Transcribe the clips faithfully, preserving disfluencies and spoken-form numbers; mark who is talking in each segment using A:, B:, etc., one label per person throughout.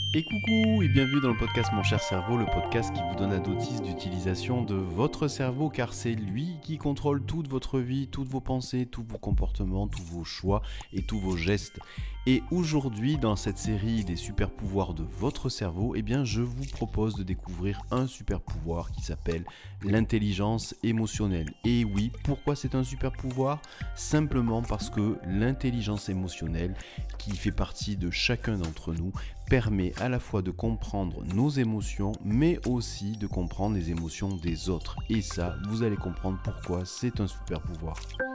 A: Et coucou et bienvenue dans le podcast Mon cher cerveau, le podcast qui vous donne un notice d'utilisation de votre cerveau car c'est lui qui contrôle toute votre vie, toutes vos pensées, tous vos comportements, tous vos choix et tous vos gestes. Et aujourd'hui dans cette série des super pouvoirs de votre cerveau, eh bien je vous propose de découvrir un super pouvoir qui s'appelle l'intelligence émotionnelle. Et oui, pourquoi c'est un super pouvoir ? Simplement parce que l'intelligence émotionnelle qui fait partie de chacun d'entre nous permet à la fois de comprendre nos émotions, mais aussi de comprendre les émotions des autres. Et ça, vous allez comprendre pourquoi c'est un super pouvoir.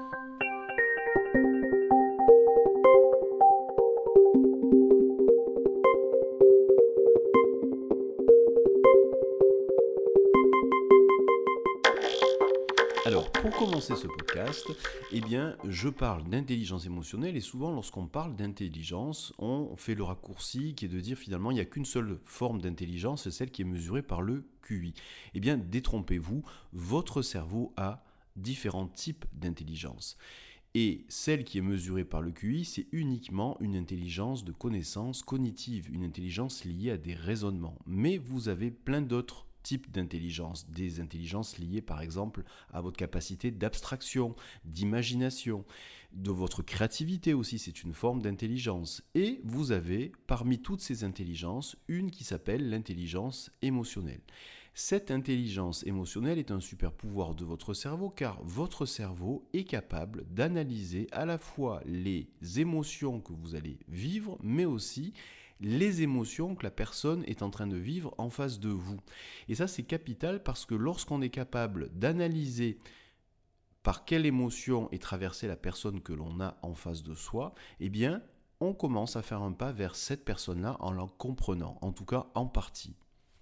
A: Alors, pour commencer ce podcast, eh bien, je parle d'intelligence émotionnelle et souvent, lorsqu'on parle d'intelligence, on fait le raccourci qui est de dire finalement, il n'y a qu'une seule forme d'intelligence, c'est celle qui est mesurée par le Q I. Eh bien, détrompez-vous, votre cerveau a différents types d'intelligence. Et celle qui est mesurée par le Q I, c'est uniquement une intelligence de connaissance cognitive, une intelligence liée à des raisonnements. Mais vous avez plein d'autres types d'intelligence, des intelligences liées par exemple à votre capacité d'abstraction, d'imagination, de votre créativité aussi, c'est une forme d'intelligence. Et vous avez parmi toutes ces intelligences une qui s'appelle l'intelligence émotionnelle. Cette intelligence émotionnelle est un super pouvoir de votre cerveau car votre cerveau est capable d'analyser à la fois les émotions que vous allez vivre, mais aussi les émotions que la personne est en train de vivre en face de vous. Et ça, c'est capital parce que lorsqu'on est capable d'analyser par quelle émotion est traversée la personne que l'on a en face de soi, eh bien, on commence à faire un pas vers cette personne-là en la comprenant, en tout cas en partie.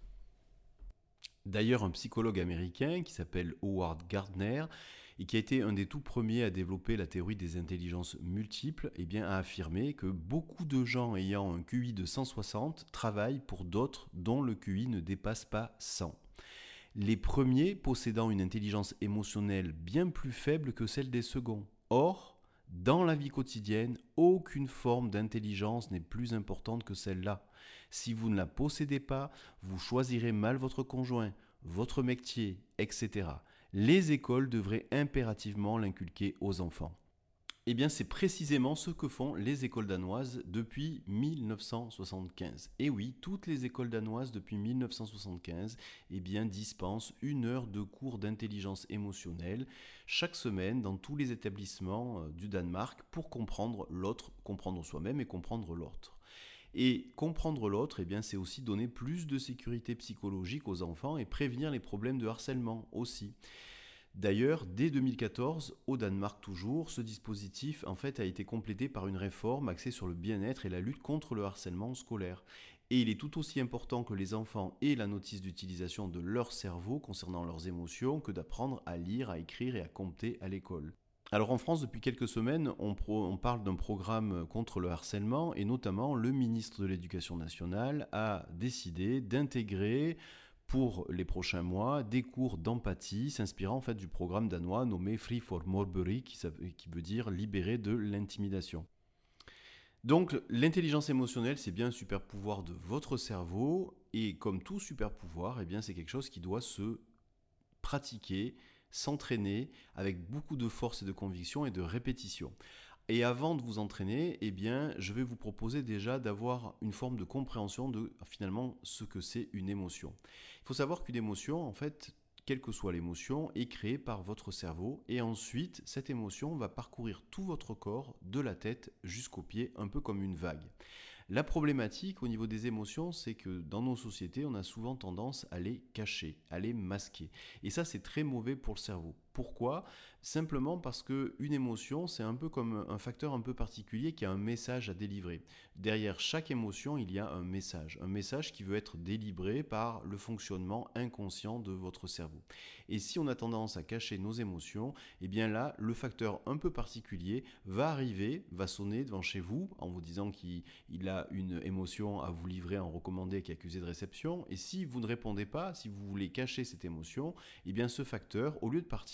A: D'ailleurs, un psychologue américain qui s'appelle Howard Gardner et qui a été un des tout premiers à développer la théorie des intelligences multiples, eh bien, a affirmé que beaucoup de gens ayant un Q I de cent soixante travaillent pour d'autres dont le Q I ne dépasse pas cent. Les premiers possédant une intelligence émotionnelle bien plus faible que celle des seconds. Or, dans la vie quotidienne, aucune forme d'intelligence n'est plus importante que celle-là. Si vous ne la possédez pas, vous choisirez mal votre conjoint, votre métier, et cetera. Les écoles devraient impérativement l'inculquer aux enfants. Eh bien, c'est précisément ce que font les écoles danoises depuis mille neuf cent soixante-quinze. Et oui, toutes les écoles danoises depuis mille neuf cent soixante-quinze eh bien, dispensent une heure de cours d'intelligence émotionnelle chaque semaine dans tous les établissements du Danemark pour comprendre l'autre, comprendre soi-même et comprendre l'autre. Et comprendre l'autre, eh bien, c'est aussi donner plus de sécurité psychologique aux enfants et prévenir les problèmes de harcèlement aussi. D'ailleurs, dès deux mille quatorze, au Danemark toujours, ce dispositif en fait a été complété par une réforme axée sur le bien-être et la lutte contre le harcèlement scolaire. Et il est tout aussi important que les enfants aient la notice d'utilisation de leur cerveau concernant leurs émotions que d'apprendre à lire, à écrire et à compter à l'école. Alors en France, depuis quelques semaines, on, pro- on parle d'un programme contre le harcèlement et notamment le ministre de l'Éducation nationale a décidé d'intégrer pour les prochains mois des cours d'empathie s'inspirant en fait du programme danois nommé Free for Morbury qui, qui veut dire libérer de l'intimidation. Donc l'intelligence émotionnelle, c'est bien un super pouvoir de votre cerveau et comme tout super pouvoir, eh bien, c'est quelque chose qui doit se pratiquer, s'entraîner avec beaucoup de force et de conviction et de répétition. Et avant de vous entraîner, eh bien, je vais vous proposer déjà d'avoir une forme de compréhension de finalement ce que c'est une émotion. Il faut savoir qu'une émotion, en fait, quelle que soit l'émotion, est créée par votre cerveau et ensuite, cette émotion va parcourir tout votre corps, de la tête jusqu'aux pieds, un peu comme une vague. La problématique au niveau des émotions, c'est que dans nos sociétés, on a souvent tendance à les cacher, à les masquer. Et ça, c'est très mauvais pour le cerveau. Pourquoi ? Simplement parce qu'une émotion, c'est un peu comme un facteur un peu particulier qui a un message à délivrer. Derrière chaque émotion, il y a un message. Un message qui veut être délivré par le fonctionnement inconscient de votre cerveau. Et si on a tendance à cacher nos émotions, eh bien là, le facteur un peu particulier va arriver, va sonner devant chez vous en vous disant qu'il il a une émotion à vous livrer en recommandé qui est accusé de réception. Et si vous ne répondez pas, si vous voulez cacher cette émotion, eh bien ce facteur, au lieu de partir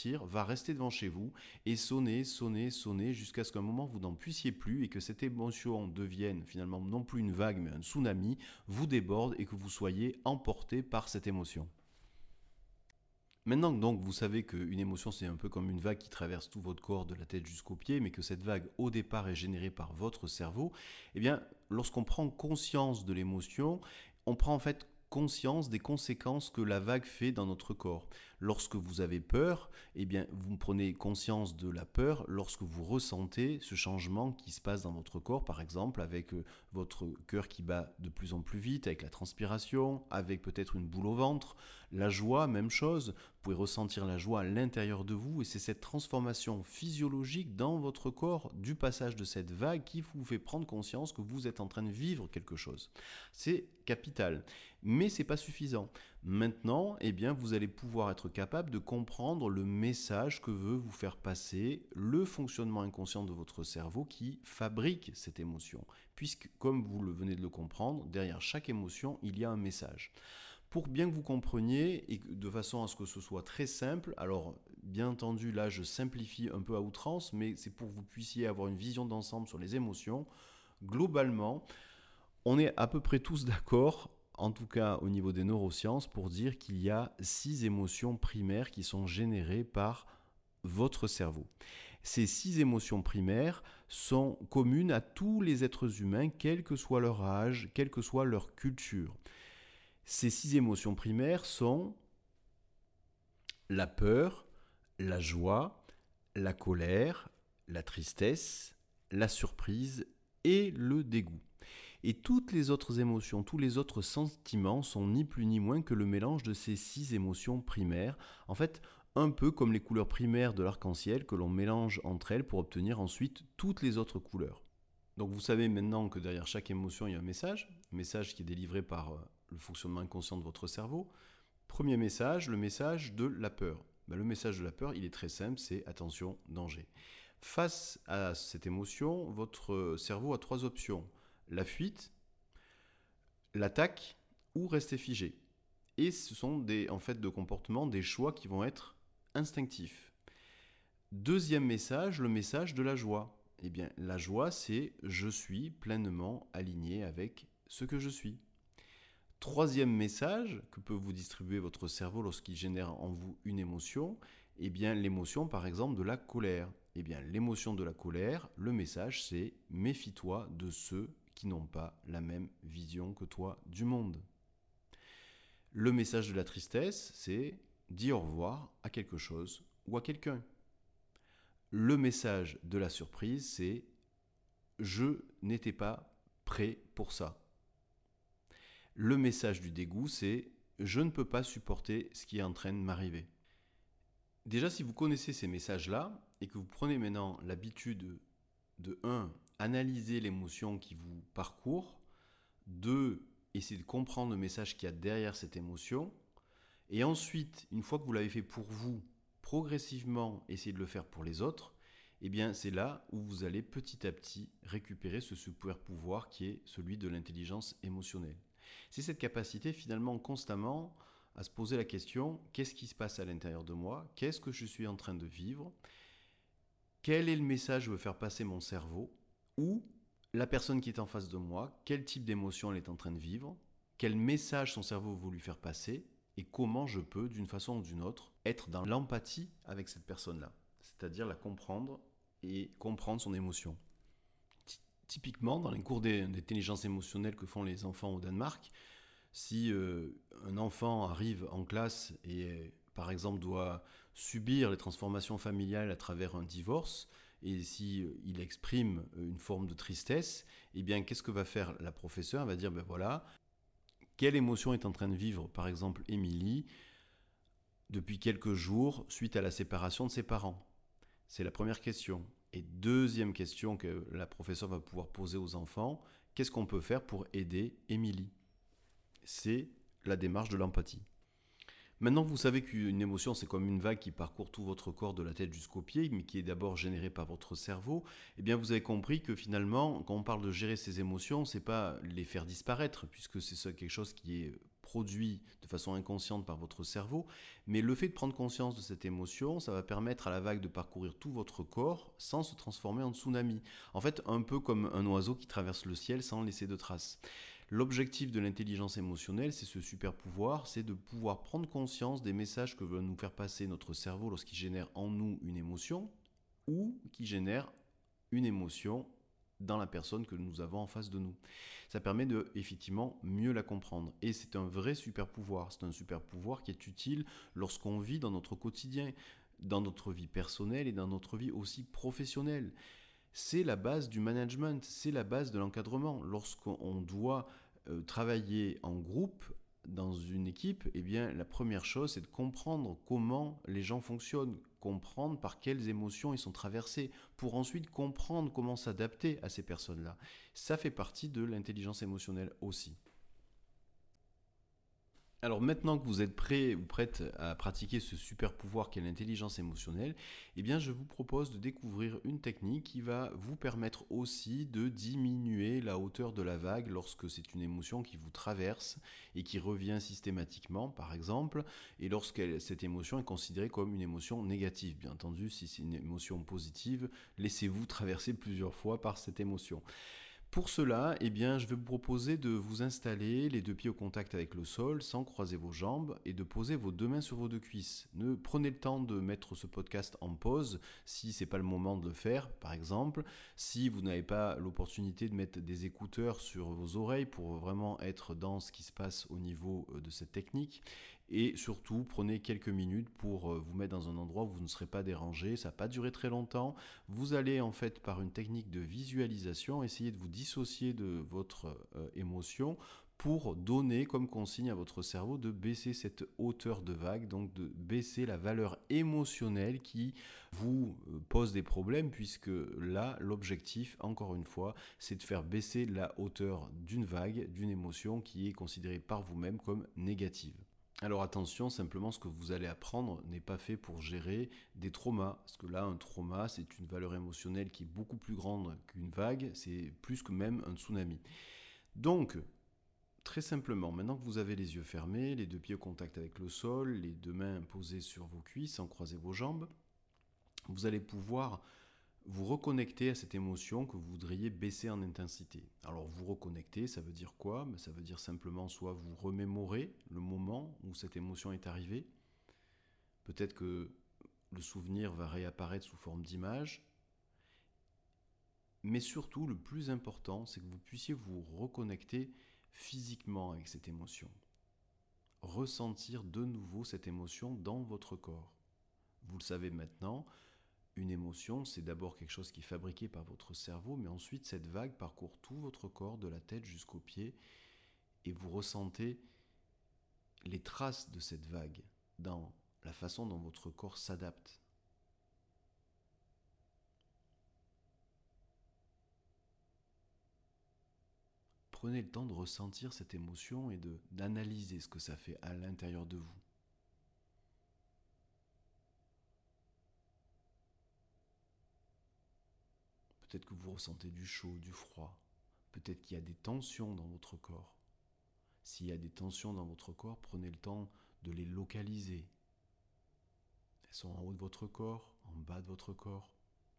A: partir va rester devant chez vous et sonner, sonner, sonner jusqu'à ce qu'à un moment vous n'en puissiez plus et que cette émotion devienne finalement non plus une vague mais un tsunami, vous déborde et que vous soyez emporté par cette émotion. Maintenant que donc vous savez qu'une émotion c'est un peu comme une vague qui traverse tout votre corps de la tête jusqu'aux pieds, mais que cette vague au départ est générée par votre cerveau, eh bien lorsqu'on prend conscience de l'émotion, on prend en fait conscience des conséquences que la vague fait dans notre corps. Lorsque vous avez peur, eh bien vous prenez conscience de la peur lorsque vous ressentez ce changement qui se passe dans votre corps, par exemple avec euh, votre cœur qui bat de plus en plus vite, avec la transpiration, avec peut-être une boule au ventre. La joie, même chose, vous pouvez ressentir la joie à l'intérieur de vous et c'est cette transformation physiologique dans votre corps du passage de cette vague qui vous fait prendre conscience que vous êtes en train de vivre quelque chose. C'est capital, mais ce n'est pas suffisant. Maintenant, eh bien, vous allez pouvoir être capable de comprendre le message que veut vous faire passer le fonctionnement inconscient de votre cerveau qui fabrique cette émotion. Puisque, comme vous le venez de le comprendre, derrière chaque émotion, il y a un message. Pour bien que vous compreniez et de façon à ce que ce soit très simple, alors bien entendu là je simplifie un peu à outrance, mais c'est pour que vous puissiez avoir une vision d'ensemble sur les émotions. Globalement, on est à peu près tous d'accord, en tout cas au niveau des neurosciences, pour dire qu'il y a six émotions primaires qui sont générées par votre cerveau. Ces six émotions primaires sont communes à tous les êtres humains, quel que soit leur âge, quelle que soit leur culture. Ces six émotions primaires sont la peur, la joie, la colère, la tristesse, la surprise et le dégoût. Et toutes les autres émotions, tous les autres sentiments sont ni plus ni moins que le mélange de ces six émotions primaires. En fait, un peu comme les couleurs primaires de l'arc-en-ciel que l'on mélange entre elles pour obtenir ensuite toutes les autres couleurs. Donc vous savez maintenant que derrière chaque émotion, il y a un message, un message qui est délivré par euh, le fonctionnement inconscient de votre cerveau. Premier message, le message de la peur. Ben, le message de la peur, il est très simple, c'est attention, danger. Face à cette émotion, votre cerveau a trois options. La fuite, l'attaque ou rester figé. Et ce sont des, en fait de comportements, des choix qui vont être instinctifs. Deuxième message, le message de la joie. Eh bien, la joie, c'est je suis pleinement aligné avec ce que je suis. Troisième message que peut vous distribuer votre cerveau lorsqu'il génère en vous une émotion, eh bien l'émotion par exemple de la colère. Eh bien l'émotion de la colère, le message c'est méfie-toi de ceux qui n'ont pas la même vision que toi du monde. Le message de la tristesse, c'est dis au revoir à quelque chose ou à quelqu'un. Le message de la surprise, c'est je n'étais pas prêt pour ça. Le message du dégoût, c'est je ne peux pas supporter ce qui est en train de m'arriver. Déjà, si vous connaissez ces messages-là et que vous prenez maintenant l'habitude de un analyser l'émotion qui vous parcourt, deux essayer de comprendre le message qu'il y a derrière cette émotion, et ensuite, une fois que vous l'avez fait pour vous, progressivement essayer de le faire pour les autres, eh bien c'est là où vous allez petit à petit récupérer ce super pouvoir qui est celui de l'intelligence émotionnelle. C'est cette capacité finalement constamment à se poser la question, qu'est-ce qui se passe à l'intérieur de moi? Qu'est-ce que je suis en train de vivre? Quel est le message que veut faire passer mon cerveau? Ou la personne qui est en face de moi, quel type d'émotion elle est en train de vivre? Quel message son cerveau veut lui faire passer? Et comment je peux, d'une façon ou d'une autre, être dans l'empathie avec cette personne-là? C'est-à-dire la comprendre et comprendre son émotion. Typiquement, dans les cours d'intelligence émotionnelle que font les enfants au Danemark, si euh, un enfant arrive en classe et, par exemple, doit subir les transformations familiales à travers un divorce, et si euh, il exprime une forme de tristesse, eh bien, qu'est-ce que va faire la professeure? Elle va dire, ben voilà, quelle émotion est en train de vivre, par exemple, Émilie, depuis quelques jours, suite à la séparation de ses parents? C'est la première question. Et deuxième question que la professeure va pouvoir poser aux enfants, qu'est-ce qu'on peut faire pour aider Émilie? C'est la démarche de l'empathie. Maintenant que vous savez qu'une émotion, c'est comme une vague qui parcourt tout votre corps de la tête jusqu'aux pieds, mais qui est d'abord générée par votre cerveau, eh bien vous avez compris que finalement, quand on parle de gérer ces émotions, c'est pas les faire disparaître, puisque c'est quelque chose qui est produit de façon inconsciente par votre cerveau, mais le fait de prendre conscience de cette émotion, ça va permettre à la vague de parcourir tout votre corps sans se transformer en tsunami. En fait, un peu comme un oiseau qui traverse le ciel sans laisser de traces. L'objectif de l'intelligence émotionnelle, c'est ce super pouvoir, c'est de pouvoir prendre conscience des messages que veut nous faire passer notre cerveau lorsqu'il génère en nous une émotion ou qui génère une émotion dans la personne que nous avons en face de nous. Ça permet de effectivement mieux la comprendre. Et c'est un vrai super pouvoir. C'est un super pouvoir qui est utile lorsqu'on vit dans notre quotidien, dans notre vie personnelle et dans notre vie aussi professionnelle. C'est la base du management, c'est la base de l'encadrement. Lorsqu'on doit euh, travailler en groupe, dans une équipe, eh bien, la première chose, c'est de comprendre comment les gens fonctionnent, comprendre par quelles émotions ils sont traversés, pour ensuite comprendre comment s'adapter à ces personnes-là. Ça fait partie de l'intelligence émotionnelle aussi. Alors maintenant que vous êtes prêt ou prête à pratiquer ce super pouvoir qu'est l'intelligence émotionnelle, eh bien je vous propose de découvrir une technique qui va vous permettre aussi de diminuer la hauteur de la vague lorsque c'est une émotion qui vous traverse et qui revient systématiquement, par exemple, et lorsque cette émotion est considérée comme une émotion négative. Bien entendu, si c'est une émotion positive, laissez-vous traverser plusieurs fois par cette émotion. Pour cela, eh bien, je vais vous proposer de vous installer les deux pieds au contact avec le sol sans croiser vos jambes et de poser vos deux mains sur vos deux cuisses. Ne prenez le temps de mettre ce podcast en pause si ce n'est pas le moment de le faire, par exemple. Si vous n'avez pas l'opportunité de mettre des écouteurs sur vos oreilles pour vraiment être dans ce qui se passe au niveau de cette technique. Et surtout, prenez quelques minutes pour vous mettre dans un endroit où vous ne serez pas dérangé. Ça ne va pas durer très longtemps. Vous allez en fait, par une technique de visualisation, essayer de vous dissocier de votre euh, émotion pour donner comme consigne à votre cerveau de baisser cette hauteur de vague, donc de baisser la valeur émotionnelle qui vous pose des problèmes, puisque là, l'objectif, encore une fois, c'est de faire baisser la hauteur d'une vague, d'une émotion qui est considérée par vous-même comme négative. Alors attention, simplement ce que vous allez apprendre n'est pas fait pour gérer des traumas, parce que là un trauma c'est une valeur émotionnelle qui est beaucoup plus grande qu'une vague, c'est plus que même un tsunami. Donc, très simplement, maintenant que vous avez les yeux fermés, les deux pieds au contact avec le sol, les deux mains posées sur vos cuisses sans croiser vos jambes, vous allez pouvoir vous reconnecter à cette émotion que vous voudriez baisser en intensité. Alors vous reconnecter, ça veut dire quoi? Ça veut dire simplement soit vous remémorer le moment où cette émotion est arrivée. Peut-être que le souvenir va réapparaître sous forme d'image. Mais surtout, le plus important, c'est que vous puissiez vous reconnecter physiquement avec cette émotion. Ressentir de nouveau cette émotion dans votre corps. Vous le savez maintenant, une émotion, c'est d'abord quelque chose qui est fabriqué par votre cerveau, mais ensuite cette vague parcourt tout votre corps, de la tête jusqu'aux pieds, et vous ressentez les traces de cette vague dans la façon dont votre corps s'adapte. Prenez le temps de ressentir cette émotion et de, d'analyser ce que ça fait à l'intérieur de vous. Peut-être que vous ressentez du chaud, du froid. Peut-être qu'il y a des tensions dans votre corps. S'il y a des tensions dans votre corps, prenez le temps de les localiser. Elles sont en haut de votre corps, en bas de votre corps.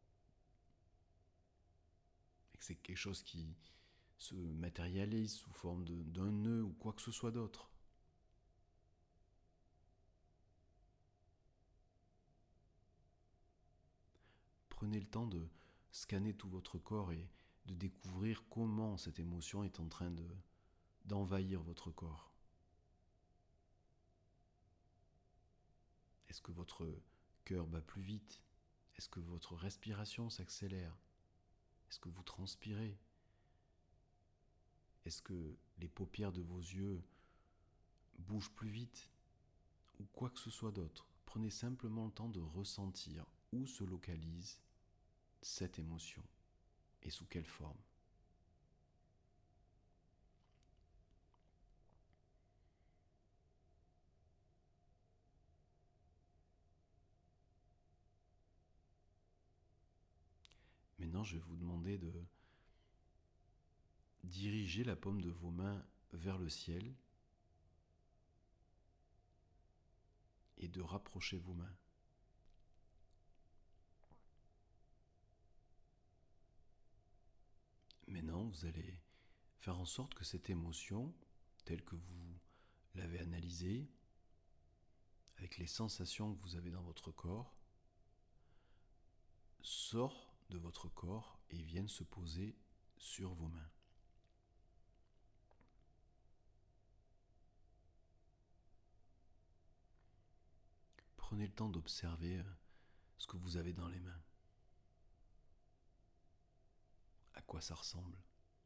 A: Et que c'est quelque chose qui se matérialise sous forme de, d'un nœud ou quoi que ce soit d'autre. Prenez le temps de scanner tout votre corps et de découvrir comment cette émotion est en train de, d'envahir votre corps. Est-ce que votre cœur bat plus vite? Est-ce que votre respiration s'accélère? Est-ce que vous transpirez? Est-ce que les paupières de vos yeux bougent plus vite? Ou quoi que ce soit d'autre. Prenez simplement le temps de ressentir où se localise cette émotion et sous quelle forme. Maintenant, je vais vous demander de diriger la paume de vos mains vers le ciel et de rapprocher vos mains. Maintenant, vous allez faire en sorte que cette émotion, telle que vous l'avez analysée, avec les sensations que vous avez dans votre corps, sort de votre corps et vienne se poser sur vos mains. Prenez le temps d'observer ce que vous avez dans les mains. À quoi ça ressemble?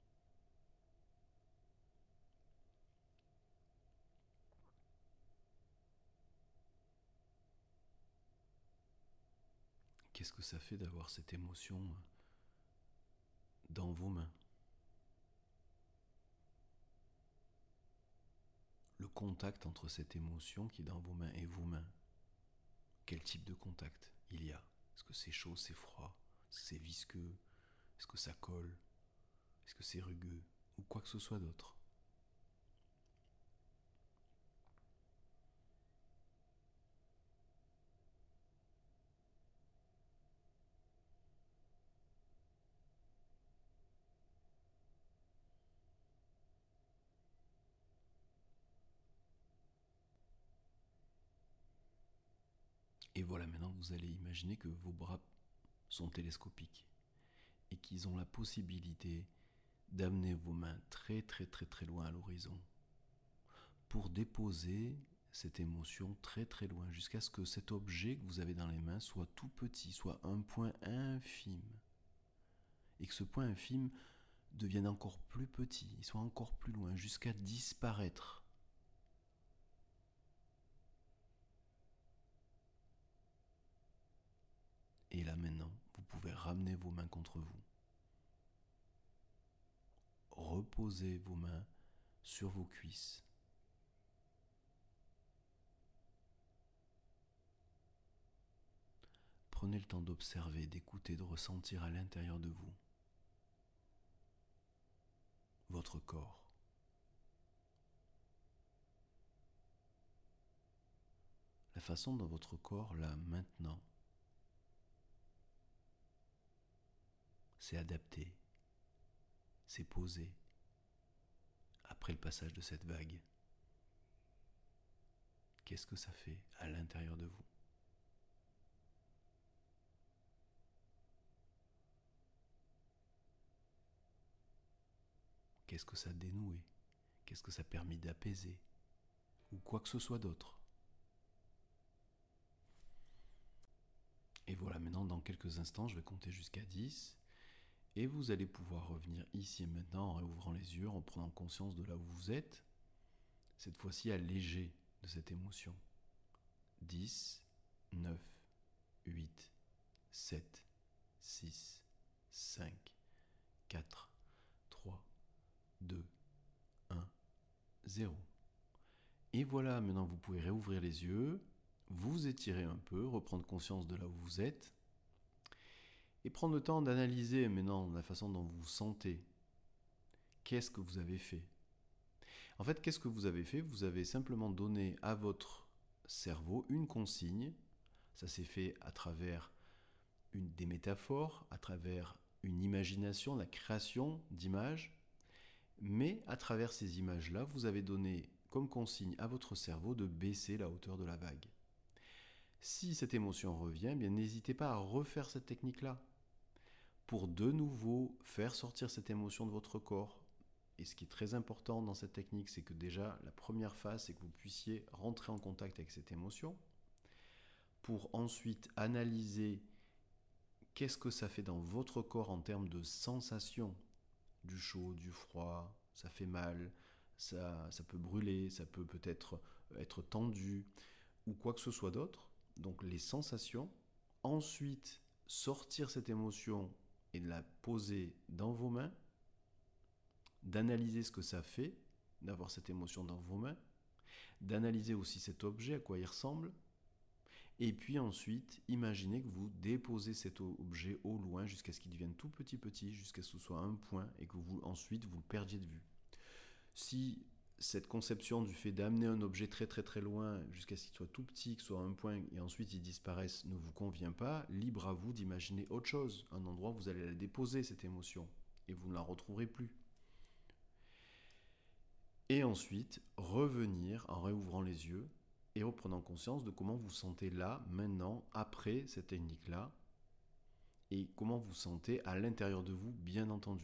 A: Qu'est-ce que ça fait d'avoir cette émotion dans vos mains? Le contact entre cette émotion qui est dans vos mains et vos mains. Quel type de contact il y a? Est-ce que c'est chaud, c'est froid? Est-ce que c'est visqueux? Est-ce que ça colle? Est-ce que c'est rugueux? Ou quoi que ce soit d'autre? Et voilà, maintenant vous allez imaginer que vos bras sont télescopiques et qu'ils ont la possibilité d'amener vos mains très très très très loin à l'horizon pour déposer cette émotion très très loin jusqu'à ce que cet objet que vous avez dans les mains soit tout petit, soit un point infime et que ce point infime devienne encore plus petit, soit encore plus loin jusqu'à disparaître. Et là maintenant, vous pouvez ramener vos mains contre vous. Reposez vos mains sur vos cuisses. Prenez le temps d'observer, d'écouter, de ressentir à l'intérieur de vous votre corps. La façon dont votre corps, là, maintenant, s'est adapté, s'est posé après le passage de cette vague. Qu'est-ce que ça fait à l'intérieur de vous? Qu'est-ce que ça a dénoué? Qu'est-ce que ça a permis d'apaiser? Ou quoi que ce soit d'autre? Et voilà, maintenant, dans quelques instants, je vais compter jusqu'à dix. Et vous allez pouvoir revenir ici et maintenant en réouvrant les yeux, en prenant conscience de là où vous êtes. Cette fois-ci allégé de cette émotion. dix, neuf, huit, sept, six, cinq, quatre, trois, deux, un, zéro. Et voilà, maintenant vous pouvez réouvrir les yeux, vous étirer un peu, reprendre conscience de là où vous êtes, et prendre le temps d'analyser maintenant la façon dont vous vous sentez. Qu'est-ce que vous avez fait? En fait, qu'est-ce que vous avez fait? Vous avez simplement donné à votre cerveau une consigne. Ça s'est fait à travers une, des métaphores, à travers une imagination, la création d'images. Mais à travers ces images-là, vous avez donné comme consigne à votre cerveau de baisser la hauteur de la vague. Si cette émotion revient, bien n'hésitez pas à refaire cette technique-là pour de nouveau faire sortir cette émotion de votre corps. Et ce qui est très important dans cette technique, c'est que déjà, la première phase, c'est que vous puissiez rentrer en contact avec cette émotion pour ensuite analyser qu'est-ce que ça fait dans votre corps en termes de sensations, du chaud, du froid, ça fait mal, ça, ça peut brûler, ça peut peut-être être tendu ou quoi que ce soit d'autre. Donc les sensations. Ensuite, sortir cette émotion et de la poser dans vos mains, d'analyser ce que ça fait d'avoir cette émotion dans vos mains, d'analyser aussi cet objet, à quoi il ressemble, et puis ensuite, imaginez que vous déposez cet objet au loin jusqu'à ce qu'il devienne tout petit petit, jusqu'à ce que ce soit un point, et que vous ensuite vous le perdiez de vue. Si cette conception du fait d'amener un objet très très très loin jusqu'à ce qu'il soit tout petit, que ce soit un point et ensuite il disparaisse ne vous convient pas, libre à vous d'imaginer autre chose, un endroit où vous allez la déposer cette émotion et vous ne la retrouverez plus. Et ensuite, revenir en réouvrant les yeux et reprenant conscience de comment vous sentez là, maintenant, après cette technique-là, et comment vous sentez à l'intérieur de vous, bien entendu.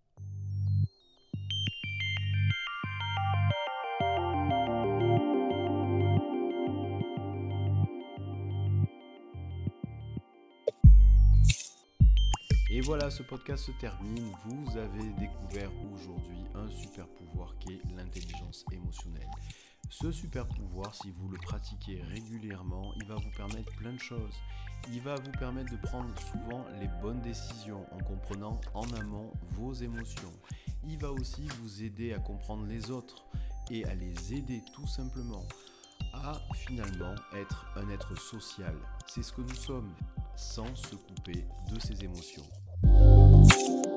A: Et voilà, ce podcast se termine. Vous avez découvert aujourd'hui un super pouvoir qui est l'intelligence émotionnelle. Ce super pouvoir, si vous le pratiquez régulièrement, il va vous permettre plein de choses. Il va vous permettre de prendre souvent les bonnes décisions en comprenant en amont vos émotions. Il va aussi vous aider à comprendre les autres et à les aider tout simplement à finalement être un être social. C'est ce que nous sommes, sans se couper de ses émotions.